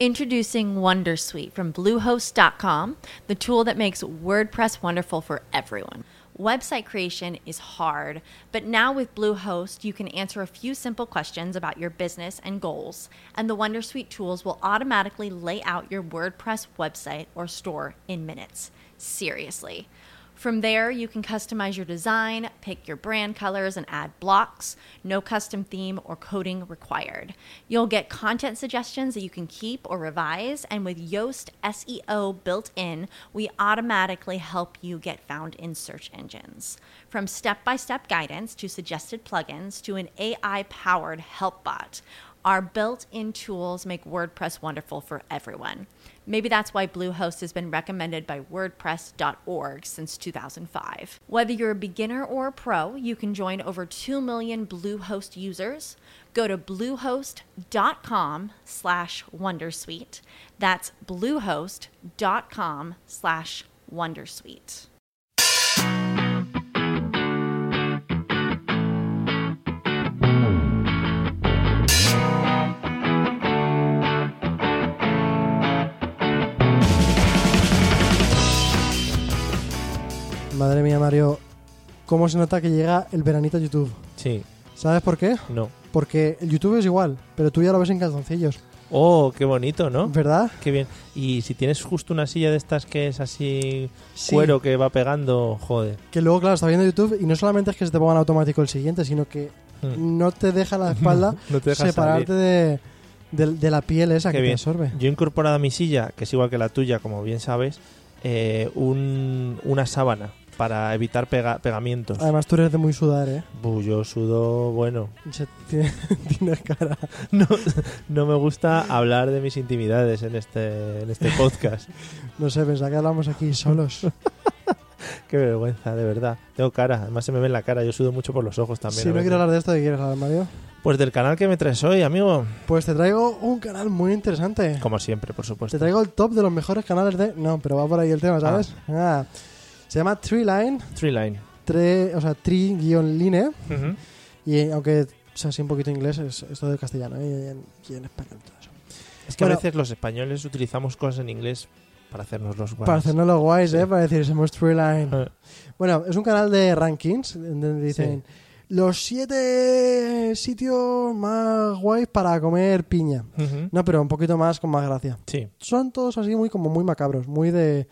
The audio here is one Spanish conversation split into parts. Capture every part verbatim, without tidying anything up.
Introducing Wondersuite from Bluehost dot com, the tool that makes WordPress wonderful for everyone. Website creation is hard, but now with Bluehost, you can answer a few simple questions about your business and goals, and the Wondersuite tools will automatically lay out your WordPress website or store in minutes. Seriously. From there, you can customize your design, pick your brand colors, and add blocks. No custom theme or coding required. You'll get content suggestions that you can keep or revise, and with Yoast S E O built in, we automatically help you get found in search engines. From step-by-step guidance to suggested plugins to an A I-powered help bot, our built-in tools make WordPress wonderful for everyone. Maybe that's why Bluehost has been recommended by WordPress dot org since two thousand five. Whether you're a beginner or a pro, you can join over two million Bluehost users. Go to bluehost.com slash Wondersuite. That's bluehost.com slash Wondersuite. Madre mía, Mario, ¿cómo se nota que llega el veranito a YouTube? Sí. ¿Sabes por qué? No. Porque el YouTube es igual, pero tú ya lo ves en calzoncillos. Oh, qué bonito, ¿no? ¿Verdad? Qué bien. Y si tienes justo una silla de estas que es así Sí. cuero que va pegando, joder. Que luego, claro, está viendo YouTube y no solamente es que se te ponga en automático el siguiente, sino que Hmm. no te deja la espalda No te deja separarte de, de, de la piel esa Qué que bien. te absorbe. Yo he incorporado a mi silla, que es igual que la tuya, como bien sabes, eh, un, una sábana para evitar pega- pegamientos. Además, tú eres de muy sudar, ¿eh? Buh, yo sudo, bueno. Se- tiene- Tienes cara. No, no me gusta hablar de mis intimidades en este, en este podcast. No sé, pensaba que hablamos aquí solos. Qué vergüenza, de verdad. Tengo cara, además se me ve en la cara. Yo sudo mucho por los ojos también. Si a no veces. quieres hablar de esto, ¿de qué quieres hablar, Mario? Pues del canal que me traes hoy, amigo. Pues te traigo un canal muy interesante. Como siempre, por supuesto. Te traigo el top de los mejores canales de... No, pero va por ahí el tema, ¿sabes? Ah. Se llama Treeline, Treeline. tre... o sea, tree-line. Ujú. Y aunque sea así un poquito inglés, es, es todo de castellano, ¿eh? y, en, y en español y todo eso. Es que Bueno. a veces los españoles utilizamos cosas en inglés para hacernos los guays. Para hacernos los guays, Sí. ¿eh? Para decir, somos Treeline. Eh, Bueno, es un canal de rankings, donde dicen... Los siete sitios más guays para comer piña. ujú. No, pero un poquito más con más gracia. Sí. Son todos así muy como muy macabros, muy de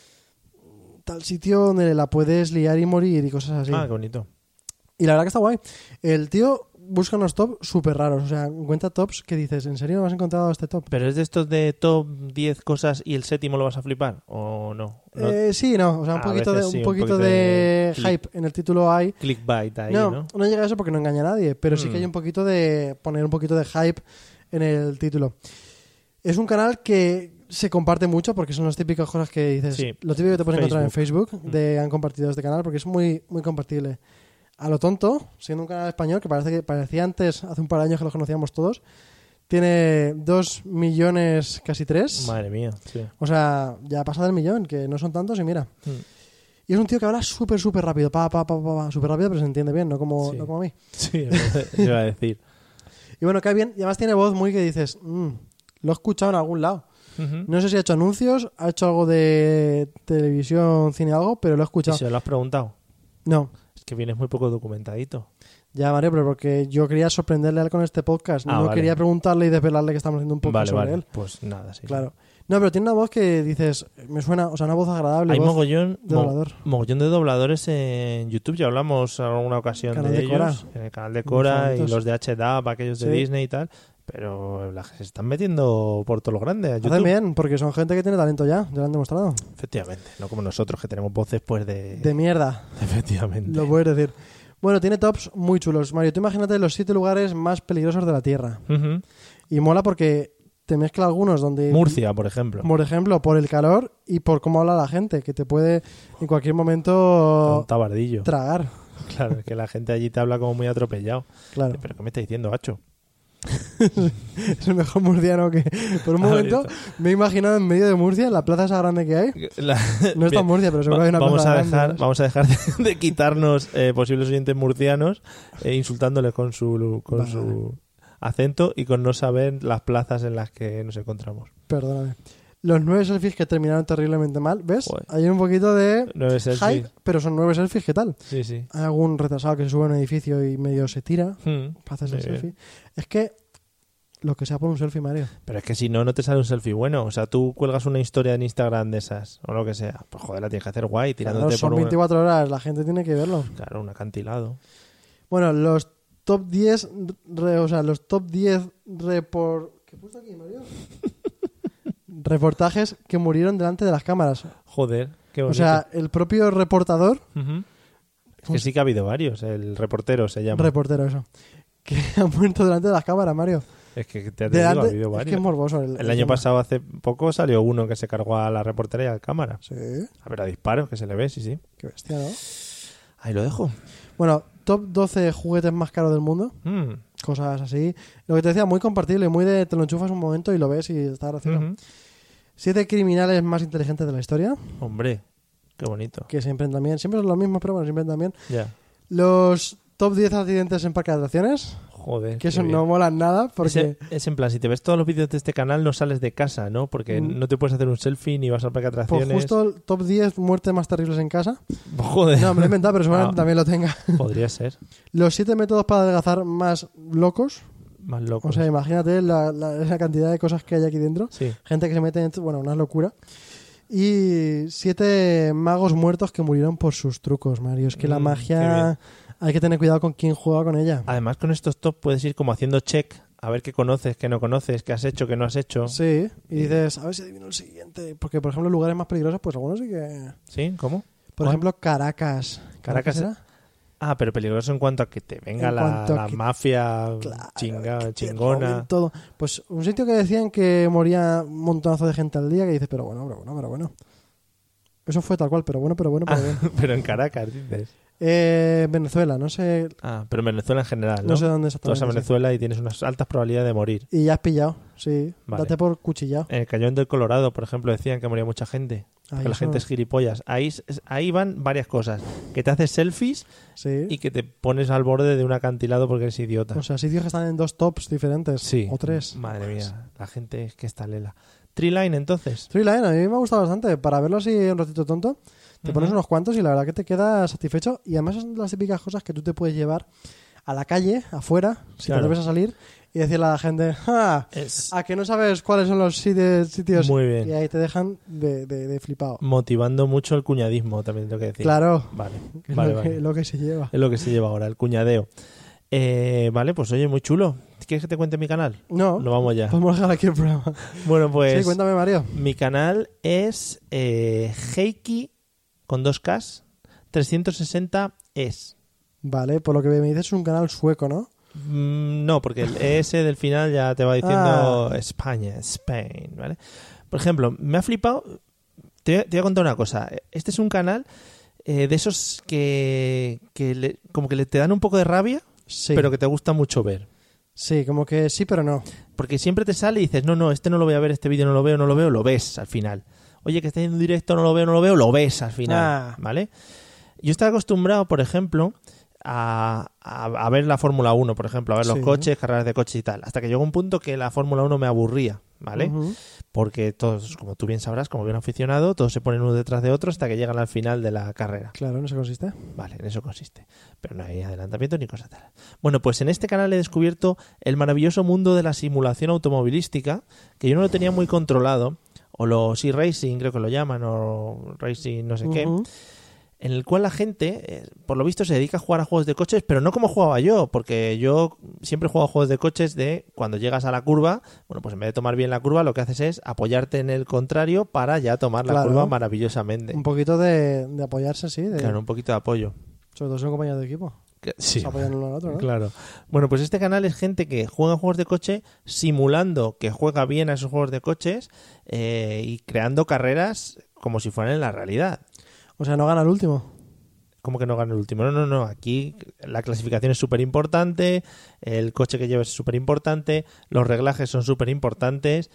tal sitio donde la puedes liar y morir y cosas así. Ah, qué bonito. Y la verdad que está guay. El tío busca unos tops súper raros, o sea, encuentra tops que dices, ¿en serio no has encontrado este top? ¿Pero es de estos de top diez cosas y el séptimo lo vas a flipar? ¿O no? No, Eh, sí, no, o sea, un A poquito, de, veces un sí, un poquito poquito de, de click. hype en el título hay. clickbait ahí, no, ¿no? no llega a eso porque no engaña a nadie, pero sí Mm. que hay un poquito de poner un poquito de hype en el título. Es un canal que se comparte mucho porque son las típicas cosas que dices, Sí. lo típico que te puedes encontrar en Facebook. Facebook de han compartido este canal porque es muy muy compartible. A lo tonto, siendo un canal español que parece que parecía antes, hace un par de años que lo conocíamos todos, tiene dos millones, casi tres. Madre mía, sí. O sea, ya ha pasado el millón, que no son tantos y mira. Mm. Y es un tío que habla súper, súper rápido, pa, pa, pa, pa, pa, súper rápido, pero se entiende bien, no como, Sí. no como a mí. Sí, eso iba a decir. Y bueno, cae bien, y además tiene voz muy que dices, "Mm, lo he escuchado en algún lado. Ujú. No sé si ha hecho anuncios, ha hecho algo de televisión, cine, algo, pero lo he ¿Y escuchado. se lo has preguntado? No, Es que vienes muy poco documentadito. ya, Mario, pero porque yo quería sorprenderle a él con este podcast. Ah, no vale. quería preguntarle y desvelarle que estamos haciendo un podcast Vale, sobre vale. él. Pues nada, sí. Claro. No, pero tiene una voz que dices, me suena, o sea, una voz agradable. Hay voz mogollón, de mo- doblador. mogollón de dobladores en YouTube. Ya hablamos en alguna ocasión Canal de, de Cora. ellos. En el canal de Cora y favoritos. los de H D A P, aquellos de Sí. Disney y tal. Pero la- se están metiendo por todo lo grande a YouTube. Hacen bien, porque son gente que tiene talento ya, ya lo han demostrado. Efectivamente. No como nosotros que tenemos voces pues de... De mierda, Efectivamente. lo puedes decir. Bueno, tiene tops muy chulos. Mario, tú imagínate los siete lugares más peligrosos de la Tierra. Ujú. Y mola porque te mezcla algunos donde... Murcia, por ejemplo. Por ejemplo, por el calor y por cómo habla la gente, que te puede en cualquier momento Un tabardillo. tragar. Claro, es que la gente allí te habla como muy atropellado. Claro. ¿Pero qué me está diciendo, Hacho? Es el mejor murciano que... Por un Ah, momento listo. me he imaginado en medio de Murcia, en la plaza esa grande que hay. La- No está en Bien. Murcia, pero seguro Va- hay una vamos, plaza a grande, dejar, ¿no? vamos a dejar de, de quitarnos eh, posibles oyentes murcianos eh, insultándoles con su... Con Vale. su acento y con no saber las plazas en las que nos encontramos. Perdóname. Los nueve selfies que terminaron terriblemente mal, ¿ves? Joder. Hay un poquito de Nueve selfies. hype, pero son nueve selfies, ¿qué tal? Sí, sí. Hay algún retrasado que se sube a un edificio y medio se tira Hmm. para hacerse el Muy bien. selfie. Es que lo que sea por un selfie, Mario. Pero es que si no, no te sale un selfie bueno. O sea, tú cuelgas una historia en Instagram de esas, o lo que sea. Pues joder, la tienes que hacer guay, tirándote Claro, son por un... veinticuatro horas, la gente tiene que verlo. Claro, un acantilado. Bueno, los top diez, re- o sea, los top diez repor... ¿Qué he puesto aquí, Mario? Reportajes que murieron delante de las cámaras. Joder, qué O bonito. sea, el propio reportador, Ujú. Es que sí que ha habido varios. El reportero se llama. reportero eso, que ha muerto delante de las cámaras, Mario. Es que te, te Delante- digo, ha habido es varios. que es morboso. El, El año pasado, hace poco, salió uno que se cargó a la reportera y a la cámara. Sí, A ver, a disparos, que se le ve, sí, sí. qué bestia, ¿no? Ahí lo dejo. Bueno, top doce juguetes más caros del mundo. Mm. Cosas así. Lo que te decía, muy compartible, muy de te lo enchufas un momento y lo ves y está gracioso. Ujú. Siete criminales más inteligentes de la historia, Hombre, qué bonito. que siempre también, siempre son los mismos, pero bueno, siempre también. Ya. Los top diez accidentes en parques de atracciones, Joder. que qué eso bien. no mola nada, porque Ese- es en plan, si te ves todos los vídeos de este canal, no sales de casa, ¿no? Porque Mm. no te puedes hacer un selfie ni vas al parque de pues atracciones. justo el top diez muertes más terribles en casa. Joder. No, me lo he inventado, pero seguramente Ah. también lo tenga. Podría ser. Los siete métodos para adelgazar más locos. Más loco. O sea, imagínate la, la, esa cantidad de cosas que hay aquí dentro. Sí. Gente que se mete en... Bueno, una locura. Y siete magos muertos que murieron por sus trucos, Mario. Es que la Mm, qué magia... Hay que tener cuidado con quién juega con ella. Además, con estos top puedes ir como haciendo check a ver qué conoces, qué no conoces, qué has hecho, qué no has hecho. Sí, y dices, a ver si adivino el siguiente. Porque, por ejemplo, lugares más peligrosos, pues algunos sí que... ¿Sí? ¿Cómo? Por ¿Cuál? ejemplo, Caracas. Caracas era? Ah, pero peligroso en cuanto a que te venga En la, cuanto a la que- mafia Claro, chinga, que te chingona. roben todo. Pues un sitio que decían que moría un montonazo de gente al día, que dices, pero bueno, pero bueno, pero bueno. Eso fue tal cual, pero bueno, pero bueno, pero Ah, bueno. pero en Caracas, dices. Eh, Venezuela, no sé, Ah, pero en Venezuela en general, ¿no? no sé dónde Tú vas exactamente. a sí. Venezuela y tienes unas altas probabilidades de morir. Y ya has pillado, sí. Vale. Date por cuchillado. En el Cañón del Colorado, por ejemplo, decían que moría mucha gente. Ahí que la eso- gente es gilipollas. Ahí, es- ahí van varias cosas. Que te haces selfies Sí. y que te pones al borde de un acantilado porque eres idiota. O sea, sitios que están en dos tops diferentes. Sí. O tres. Madre mía, la gente es que está lela. Treeline, entonces. Three Line, a mí me ha gustado bastante. Para verlo así un ratito tonto, te pones Ujú. unos cuantos y la verdad que te quedas satisfecho. Y además son las típicas cosas que tú te puedes llevar a la calle, afuera, si Claro. te debes a salir, y decirle a la gente, ¡ja! Es A que no sabes cuáles son los sitios. sitios muy bien. Y ahí te dejan de, de, de flipado. Motivando mucho el cuñadismo, también tengo que decir. Claro, Vale, que es vale, lo, vale. Que, lo que se lleva. Es lo que se lleva ahora, el cuñadeo. Eh, vale, pues oye, muy chulo. ¿Quieres que te cuente mi canal? No, Lo vamos ya. podemos dejar aquí el programa. Bueno, pues sí, cuéntame, Mario. mi canal es eh, Heiki con dos Ks trescientos sesenta es. Vale, por lo que me dices es un canal sueco, ¿no? Mm, no, porque el E S del final ya te va diciendo España, Spain, ¿vale? Por ejemplo, me ha flipado. Te, te voy a contar una cosa. Este es un canal eh, de esos que, que le- como que le te dan un poco de rabia, Sí. pero que te gusta mucho ver. Sí, como que sí, pero no. Porque siempre te sale y dices, no, no, este no lo voy a ver, este vídeo no lo veo, no lo veo, lo ves al final. Oye, que está en directo, no lo veo, no lo veo, lo ves al final, Ah. ¿vale? Yo estaba acostumbrado, por ejemplo, a, a, a ver la Fórmula uno, por ejemplo, a ver los Sí. coches, carreras de coches y tal, hasta que llegó un punto que la Fórmula uno me aburría, ¿vale? Ujú. Porque todos, como tú bien sabrás, como bien aficionado, todos se ponen uno detrás de otro hasta que llegan al final de la carrera. Claro, ¿en eso consiste? Vale, en eso consiste. Pero no hay adelantamiento ni cosa tal. Bueno, pues en este canal he descubierto el maravilloso mundo de la simulación automovilística, que yo no lo tenía muy controlado, o los e-racing, creo que lo llaman, o racing no sé qué, Ujú. en el cual la gente, eh, por lo visto, se dedica a jugar a juegos de coches, pero no como jugaba yo, porque yo siempre he jugado a juegos de coches de cuando llegas a la curva, bueno, pues en vez de tomar bien la curva, lo que haces es apoyarte en el contrario para ya tomar la Claro. curva maravillosamente. Un poquito de, de apoyarse, sí. De, Claro, un poquito de apoyo. Sobre todo si son compañeros de equipo. Que- Sí, Se apoyan uno al otro, ¿no? claro. Bueno, pues este canal es gente que juega juegos de coche simulando que juega bien a esos juegos de coches eh, y creando carreras como si fueran en la realidad. O sea, no gana el último. ¿cómo que no gana el último? No, no, no. Aquí la clasificación es súper importante, el coche que lleves es súper importante, los reglajes son súper importantes,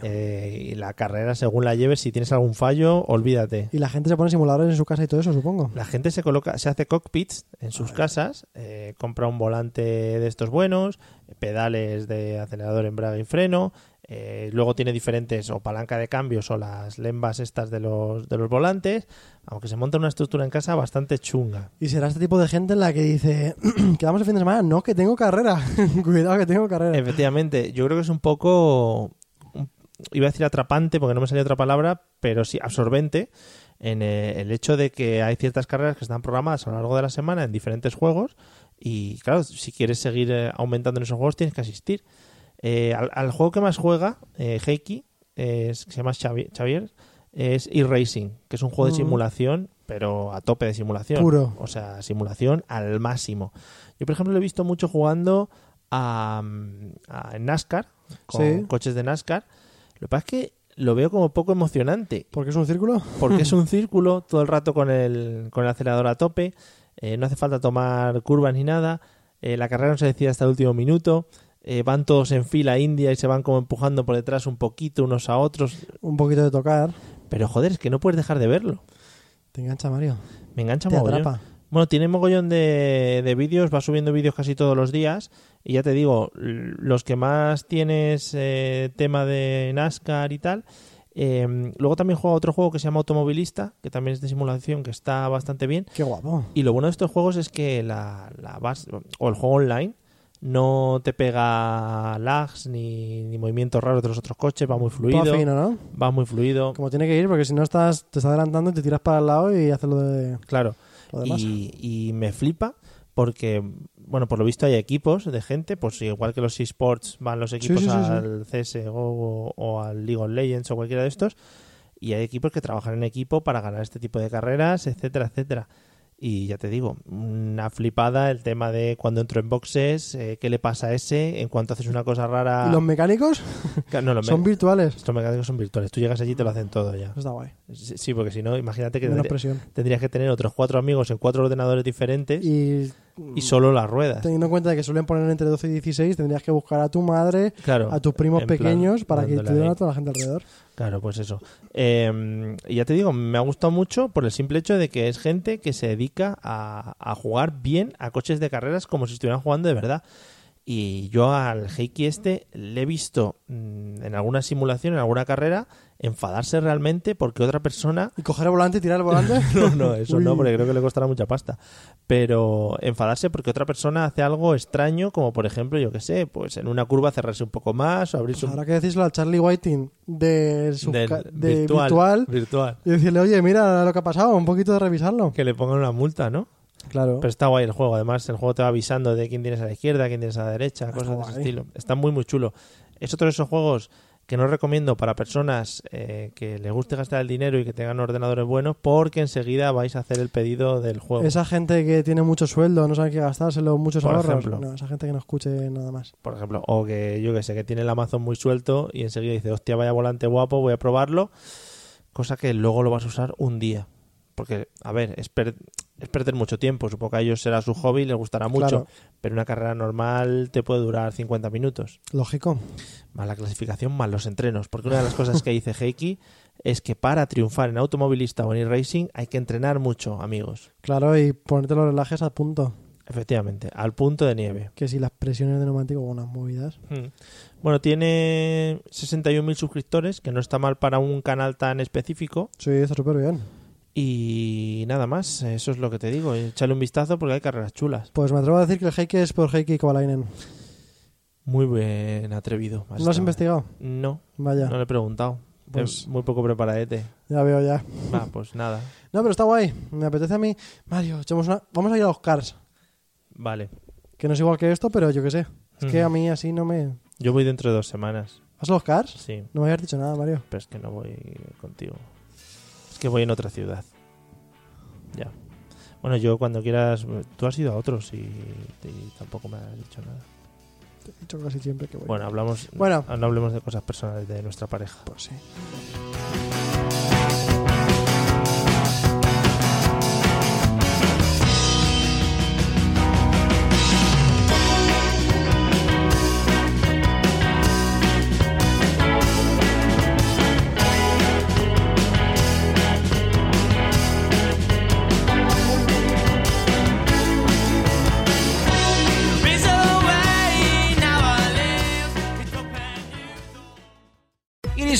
eh, y la carrera, según la lleves, si tienes algún fallo, olvídate. Y la gente se pone simuladores en su casa y todo eso, supongo. La gente se coloca, se hace cockpits en sus Ay. casas, eh, compra un volante de estos buenos, pedales de acelerador, embrague y freno. Eh, luego tiene diferentes o palanca de cambios o las lembas estas de los de los volantes, aunque se monta una estructura en casa bastante chunga. Y será este tipo de gente en la que dice quedamos el fin de semana, no, que tengo carrera. Cuidado que tengo carrera. Efectivamente, yo creo que es un poco, un, iba a decir atrapante porque no me salía otra palabra, pero sí absorbente en eh, el hecho de que hay ciertas carreras que están programadas a lo largo de la semana en diferentes juegos y claro, si quieres seguir eh, aumentando en esos juegos tienes que asistir. Eh, al, al juego que más juega eh, Heikki, eh, es, que se llama Xavier, Xavier es e-Racing, que es un juego de simulación, pero a tope de simulación. Puro. O sea, simulación al máximo. Yo, por ejemplo, lo he visto mucho jugando a, a NASCAR, con sí. coches de NASCAR. Lo que pasa es que lo veo como poco emocionante. ¿Por qué es un círculo? Porque es un círculo todo el rato con el, con el acelerador a tope, eh, no hace falta tomar curvas ni nada, eh, la carrera no se decide hasta el último minuto. Eh, van todos en fila india y se van como empujando por detrás un poquito unos a otros. Un poquito de tocar. Pero joder, es que no puedes dejar de verlo. Te engancha, Mario. Me engancha Te mogollón. atrapa. Bueno, tiene mogollón de, de vídeos, va subiendo vídeos casi todos los días. Y ya te digo, los que más tienes eh, tema de NASCAR y tal. Eh, luego también juega otro juego que se llama Automovilista, que también es de simulación, que está bastante bien. Qué guapo. Y lo bueno de estos juegos es que la, la base, o el juego online no te pega lags ni, ni movimientos raros de los otros coches, va muy fluido. Todo fino, ¿no? Va muy fluido. Como tiene que ir, porque si no estás te estás adelantando y te tiras para el lado y haces lo de Claro. lo demás. Y, y me flipa porque, bueno, por lo visto hay equipos de gente, pues igual que los eSports van los equipos Sí, sí, sí, al C S G O o, o al League of Legends o cualquiera de estos, y hay equipos que trabajan en equipo para ganar este tipo de carreras, etcétera, etcétera. Y ya te digo, una flipada el tema de cuando entro en boxes, eh, qué le pasa a ese, en cuanto haces una cosa rara... ¿Y los mecánicos? No, los son me... virtuales. Estos mecánicos son virtuales. Tú llegas allí y te lo hacen todo ya. Eso está guay. Sí, sí, porque si no, imagínate que Menos tendría- presión. tendrías que tener otros cuatro amigos en cuatro ordenadores diferentes y, Y, solo las ruedas. teniendo en cuenta de que suelen poner entre doce y dieciséis, tendrías que buscar a tu madre, Claro, a tus primos en plan, pequeños, para que dándole te den ahí. a toda la gente alrededor. Claro, pues eso. Eh, y ya te digo, me ha gustado mucho por el simple hecho de que es gente que se dedica a, a jugar bien a coches de carreras como si estuvieran jugando de verdad. Y yo al Heikki este le he visto mmm, en alguna simulación, en alguna carrera, enfadarse realmente porque otra persona... ¿Y coger el volante y tirar el volante? No, no, eso Uy. no, porque creo que le costará mucha pasta. Pero enfadarse porque otra persona hace algo extraño, como por ejemplo, yo qué sé, pues en una curva cerrarse un poco más o abrirse Pues un... ahora que decíslo al Charlie Whiting de, su del ca- de virtual, virtual, virtual. y decirle, oye, mira lo que ha pasado, un poquito de revisarlo. Que le pongan una multa, ¿no? Claro. Pero está guay el juego. Además, el juego te va avisando de quién tienes a la izquierda, quién tienes a la derecha, Está cosas de ese guay. estilo. Está muy, muy chulo. Es otro de esos juegos que no recomiendo para personas eh, que les guste gastar el dinero y que tengan ordenadores buenos, porque enseguida vais a hacer el pedido del juego. Esa gente que tiene mucho sueldo, no sabe qué gastárselo, muchos Por ahorros. ejemplo. No, esa gente que no escuche nada más. Por ejemplo, o que yo que sé, que tiene el Amazon muy suelto y enseguida dice, hostia, vaya volante guapo, voy a probarlo. Cosa que luego lo vas a usar un día. Porque, a ver, es, per- es perder mucho tiempo. Supongo que a ellos será su hobby, les gustará mucho. Claro. Pero una carrera normal te puede durar cincuenta minutos. Lógico. Más la clasificación, más los entrenos. Porque una de las cosas que dice Heikki es que para triunfar en automovilista o en e-racing hay que entrenar mucho, amigos. Claro, y ponerte los relajes a punto. Efectivamente, al punto de nieve. Que si las presiones de neumático, unas movidas. Hmm. Bueno, tiene sesenta y un mil suscriptores, que no está mal para un canal tan específico. Sí, está súper bien. Y nada más, eso es lo que te digo. Échale un vistazo porque hay carreras chulas. Pues me atrevo a decir que el Heikki es por Heikki Kovalainen. Muy bien atrevido. ¿No lo has investigado? No, Vaya, no le he preguntado. Pues- Es muy poco preparadete. ya veo ya. Va, pues nada. No, pero está guay. Me apetece a mí. Mario, echemos una... vamos a ir a los Cars. Vale. Que no es igual que esto, pero yo qué sé. Es que Ujú. a mí así no me... Yo voy dentro de dos semanas. ¿Vas a los Cars? Sí, No me habías dicho nada, Mario. pero es que no voy contigo. Es que voy en otra ciudad. Ya. Bueno, yo cuando quieras... Tú has ido a otros y, y tampoco me has dicho nada. Te he dicho casi siempre que voy. Bueno, hablamos... Bueno. No hablemos de cosas personales de nuestra pareja. Pues sí.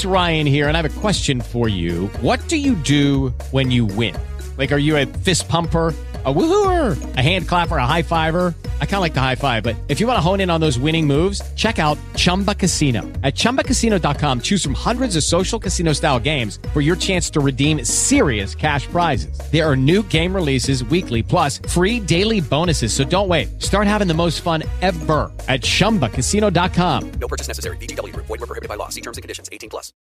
is Ryan here, and I have a question for you. What do you do when you win? Like, are you a fist pumper, a woohooer, a hand clapper, a high fiver? I kind of like the high five, but if you want to hone in on those winning moves, check out Chumba Casino. At chumba casino dot com, choose from hundreds of social casino style games for your chance to redeem serious cash prizes. There are new game releases weekly, plus free daily bonuses. So don't wait. Start having the most fun ever at chumba casino dot com. No purchase necessary. V G W Group. Void where prohibited by law. See terms and conditions. eighteen plus.